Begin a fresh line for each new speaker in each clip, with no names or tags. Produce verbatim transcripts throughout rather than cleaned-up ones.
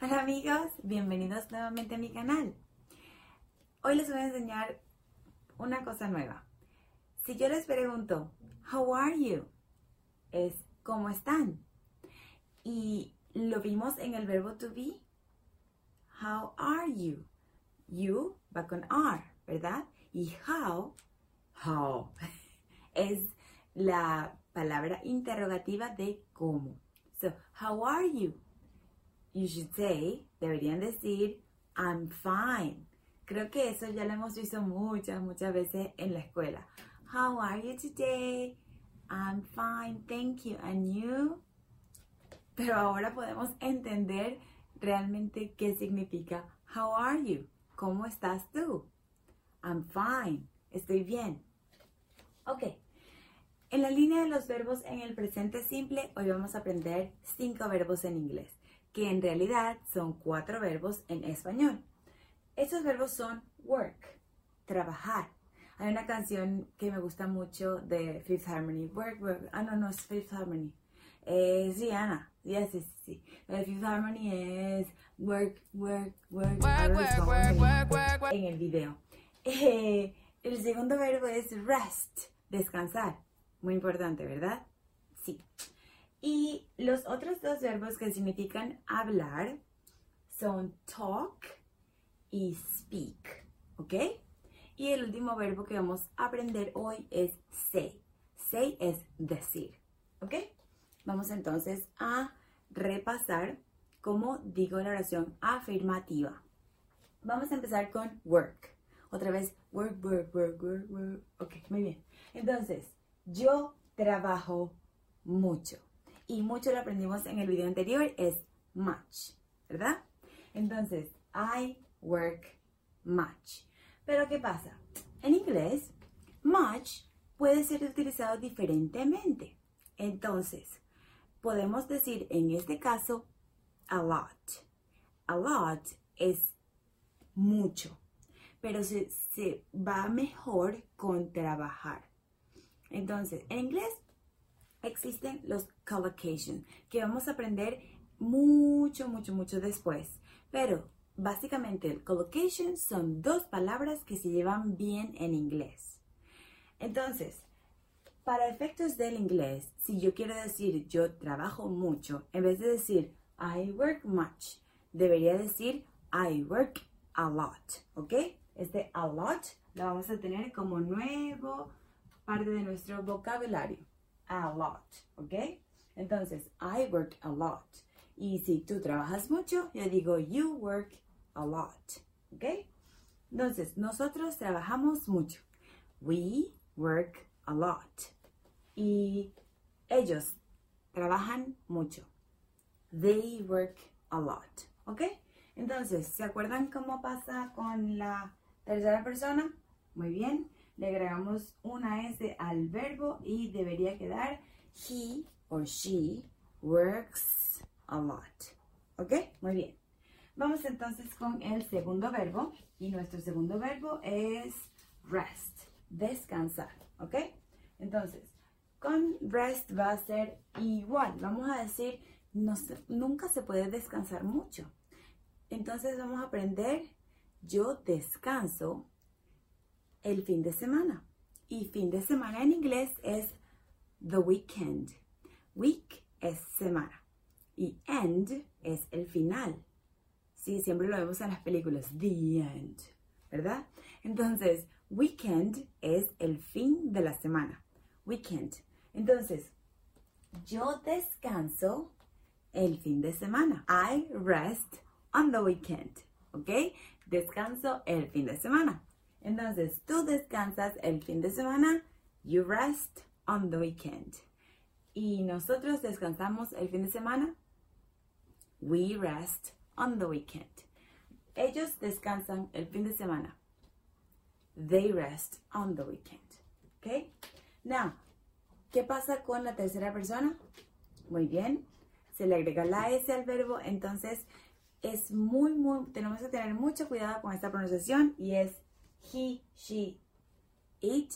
Hola amigos, bienvenidos nuevamente a mi canal. Hoy les voy a enseñar una cosa nueva. Si yo les pregunto, how are you? Es ¿cómo están? Y lo vimos en el verbo to be. How are you? You va con are, ¿verdad? Y how, how, es la palabra interrogativa de cómo. So, how are you? You should say, deberían decir, I'm fine. Creo que eso ya lo hemos visto muchas, muchas veces en la escuela. How are you today? I'm fine, thank you. And you? Pero ahora podemos entender realmente qué significa how are you? ¿Cómo estás tú? I'm fine, estoy bien. Ok, en la línea de los verbos en el presente simple, hoy vamos a aprender cinco verbos en inglés, que en realidad son cuatro verbos en español. Estos verbos son work, trabajar. Hay una canción que me gusta mucho de Fifth Harmony, work, work, ah no, no es Fifth Harmony, es Rihanna, yes, sí, sí, sí. El Fifth Harmony es work, work, work, work, work, work, work, work, work. En el video. Eh, el segundo verbo es rest, descansar, muy importante, ¿verdad? Sí. Y los otros dos verbos que significan hablar son talk y speak, ¿ok? Y el último verbo que vamos a aprender hoy es say. Say es decir, ¿ok? Vamos entonces a repasar cómo digo la oración afirmativa. Vamos a empezar con work. Otra vez, work, work, work, work, work. Ok, muy bien. Entonces, yo trabajo mucho. Y mucho lo aprendimos en el video anterior, es much, ¿verdad? Entonces, I work much. Pero, ¿qué pasa? En inglés, much puede ser utilizado diferentemente. Entonces, podemos decir en este caso, a lot. A lot es mucho, pero se, se va mejor con trabajar. Entonces, en inglés, existen los collocations, que vamos a aprender mucho, mucho, mucho después. Pero básicamente el collocation son dos palabras que se llevan bien en inglés. Entonces, para efectos del inglés, si yo quiero decir yo trabajo mucho, en vez de decir I work much, debería decir I work a lot, ¿ok? Este a lot lo vamos a tener como nuevo parte de nuestro vocabulario. A lot, ¿ok? Entonces, I work a lot. Y si tú trabajas mucho, yo digo you work a lot, ¿ok? Entonces, nosotros trabajamos mucho. We work a lot. Y ellos trabajan mucho. They work a lot, ¿ok? Entonces, ¿se acuerdan cómo pasa con la tercera persona? Muy bien. Le agregamos una S al verbo y debería quedar he or she works a lot. ¿Ok? Muy bien. Vamos entonces con el segundo verbo. Y nuestro segundo verbo es rest, descansar. ¿Ok? Entonces, con rest va a ser igual. Vamos a decir, no se, nunca se puede descansar mucho. Entonces vamos a aprender, yo descanso el fin de semana. Y fin de semana en inglés es the weekend. Week es semana. Y end es el final. Sí, siempre lo vemos en las películas. The end. ¿Verdad? Entonces, weekend es el fin de la semana. Weekend. Entonces, yo descanso el fin de semana. I rest on the weekend. ¿Ok? Descanso el fin de semana. Entonces, tú descansas el fin de semana, you rest on the weekend. Y nosotros descansamos el fin de semana, we rest on the weekend. Ellos descansan el fin de semana, they rest on the weekend. ¿Ok? Now, ¿qué pasa con la tercera persona? Muy bien, se le agrega la S al verbo, entonces es muy, muy, tenemos que tener mucho cuidado con esta pronunciación y es he, she, it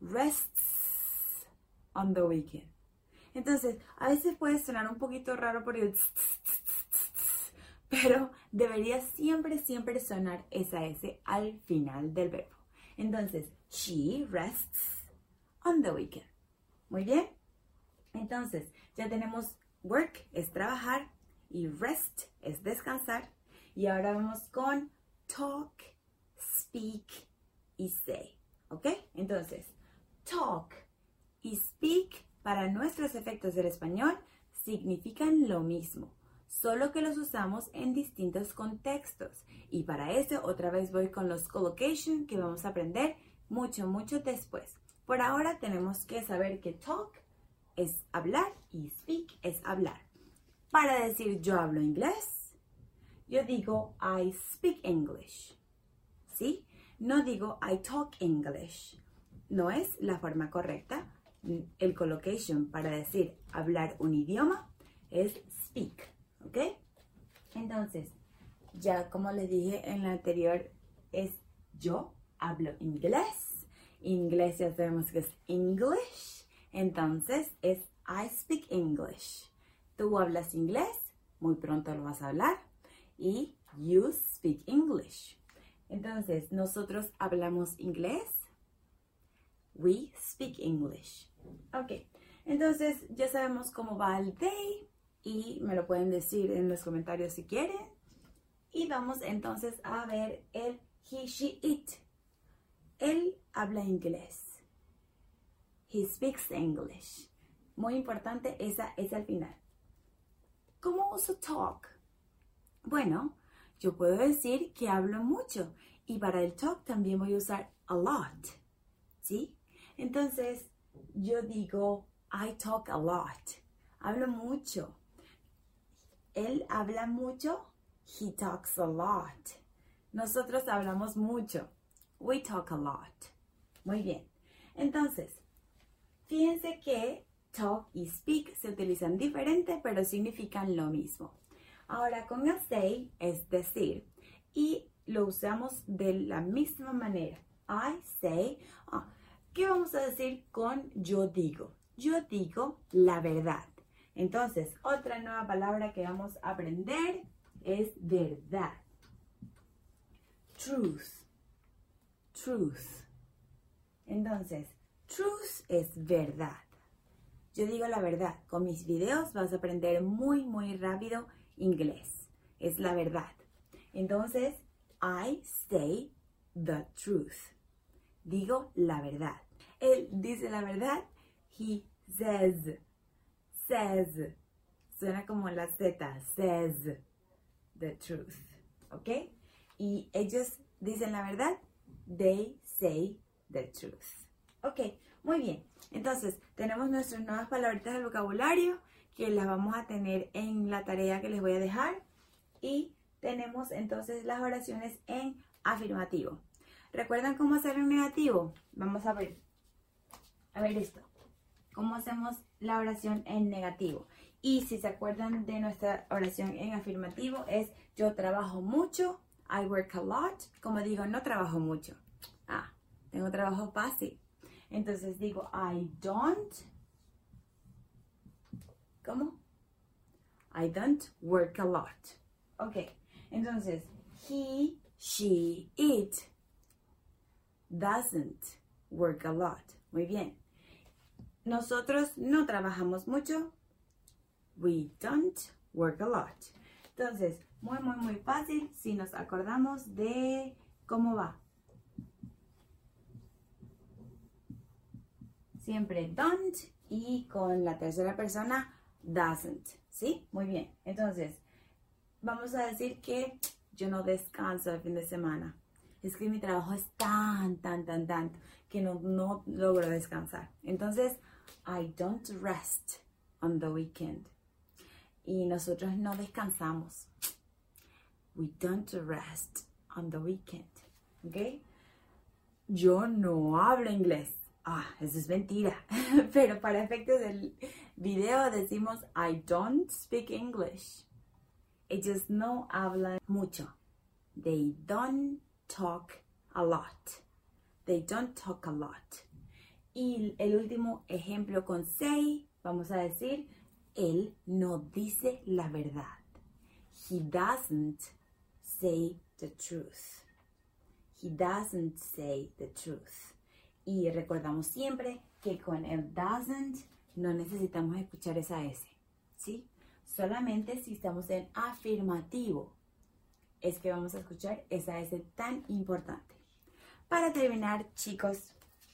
rests on the weekend. Entonces, a veces puede sonar un poquito raro por el tss, tss, tss, tss, pero debería siempre, siempre sonar esa S al final del verbo. Entonces, she rests on the weekend. Muy bien. Entonces, ya tenemos work, es trabajar, y rest es descansar. Y ahora vamos con talk, speak y say. ¿Ok? Entonces, talk y speak para nuestros efectos del español significan lo mismo, solo que los usamos en distintos contextos. Y para eso otra vez voy con los collocation que vamos a aprender mucho, mucho después. Por ahora tenemos que saber que talk es hablar y speak es hablar. Para decir yo hablo inglés, yo digo I speak English. ¿Sí? No digo I talk English. No es la forma correcta. El collocation para decir hablar un idioma es speak. ¿Ok? Entonces, ya como les dije en la anterior, es yo hablo inglés. Inglés ya sabemos que es English. Entonces es I speak English. Tú hablas inglés, muy pronto lo vas a hablar. Y you speak English. Entonces, nosotros hablamos inglés. We speak English. Ok, entonces ya sabemos cómo va el day. Y me lo pueden decir en los comentarios si quieren. Y vamos entonces a ver el he, she, it. Él habla inglés. He speaks English. Muy importante, esa es al final. ¿Cómo uso talk? Bueno, yo puedo decir que hablo mucho. Y para el talk también voy a usar a lot. ¿Sí? Entonces, yo digo, I talk a lot. Hablo mucho. Él habla mucho. He talks a lot. Nosotros hablamos mucho. We talk a lot. Muy bien. Entonces, fíjense que talk y speak se utilizan diferente, pero significan lo mismo. Ahora, con el say es decir. Y lo usamos de la misma manera. I say. Oh, ¿qué vamos a decir con yo digo? Yo digo la verdad. Entonces, otra nueva palabra que vamos a aprender es verdad. Truth. Truth. Entonces, truth es verdad. Yo digo la verdad. Con mis videos vas a aprender muy, muy rápido inglés. Es la verdad. Entonces, I say the truth. Digo la verdad. Él dice la verdad. He says. Says. Suena como la Z. Says the truth. ¿Ok? Y ellos dicen la verdad. They say the truth. Ok, muy bien. Entonces, tenemos nuestras nuevas palabritas del vocabulario que las vamos a tener en la tarea que les voy a dejar. Y tenemos entonces las oraciones en afirmativo. ¿Recuerdan cómo hacer en negativo? Vamos a ver. A ver esto. ¿Cómo hacemos la oración en negativo? Y si se acuerdan de nuestra oración en afirmativo es yo trabajo mucho. I work a lot. Como digo, no trabajo mucho. Ah, tengo trabajo fácil. Entonces digo I don't. ¿Cómo? I don't work a lot. Ok. Entonces, he, she, it doesn't work a lot. Muy bien. Nosotros no trabajamos mucho. We don't work a lot. Entonces, muy, muy, muy fácil si nos acordamos de cómo va. Siempre don't y con la tercera persona doesn't. ¿Sí? Muy bien. Entonces, vamos a decir que yo no descanso el fin de semana. Es que mi trabajo es tan, tan, tan, tan que no, no logro descansar. Entonces, I don't rest on the weekend. Y nosotros no descansamos. We don't rest on the weekend. ¿Ok? Yo no hablo inglés. Ah, eso es mentira. Pero para efectos del video decimos I don't speak English. Ellos no hablan mucho. They don't talk a lot. They don't talk a lot. Y el último ejemplo con say, vamos a decir, él no dice la verdad. He doesn't say the truth. He doesn't say the truth. Y recordamos siempre que con el doesn't no necesitamos escuchar esa S, ¿sí? Solamente si estamos en afirmativo es que vamos a escuchar esa S tan importante. Para terminar, chicos,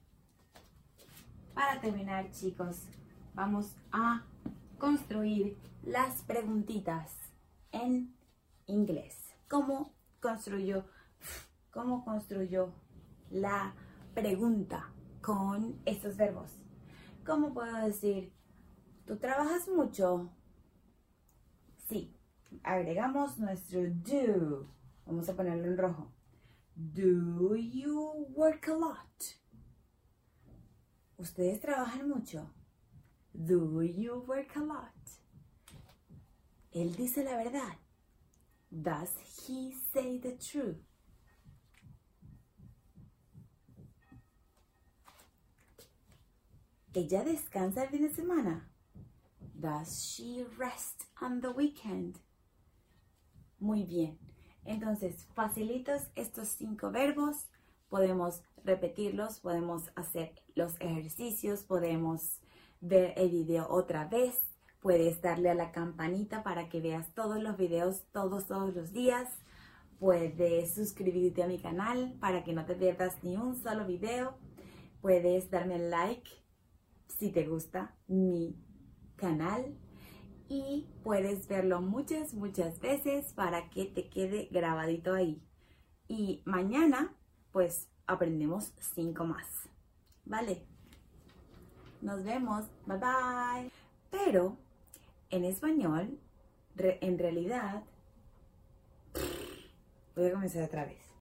para terminar, chicos, vamos a construir las preguntitas en inglés. ¿Cómo construyo, cómo construyo la pregunta con estos verbos? ¿Cómo puedo decir, ¿tú trabajas mucho? Sí, agregamos nuestro do. Vamos a ponerlo en rojo. Do you work a lot? ¿Ustedes trabajan mucho? Do you work a lot? Él dice la verdad. Does he say the truth? ¿Ella descansa el fin de semana? Does she rest on the weekend? Muy bien. Entonces, facilitos estos cinco verbos. Podemos repetirlos, podemos hacer los ejercicios, podemos ver el video otra vez. Puedes darle a la campanita para que veas todos los videos todos, todos los días. Puedes suscribirte a mi canal para que no te pierdas ni un solo video. Puedes darme like si te gusta mi canal. Y puedes verlo muchas, muchas veces para que te quede grabadito ahí. Y mañana, pues, aprendemos cinco más. ¿Vale? Nos vemos. Bye, bye. Pero, en español, re- en realidad... Voy a comenzar otra vez.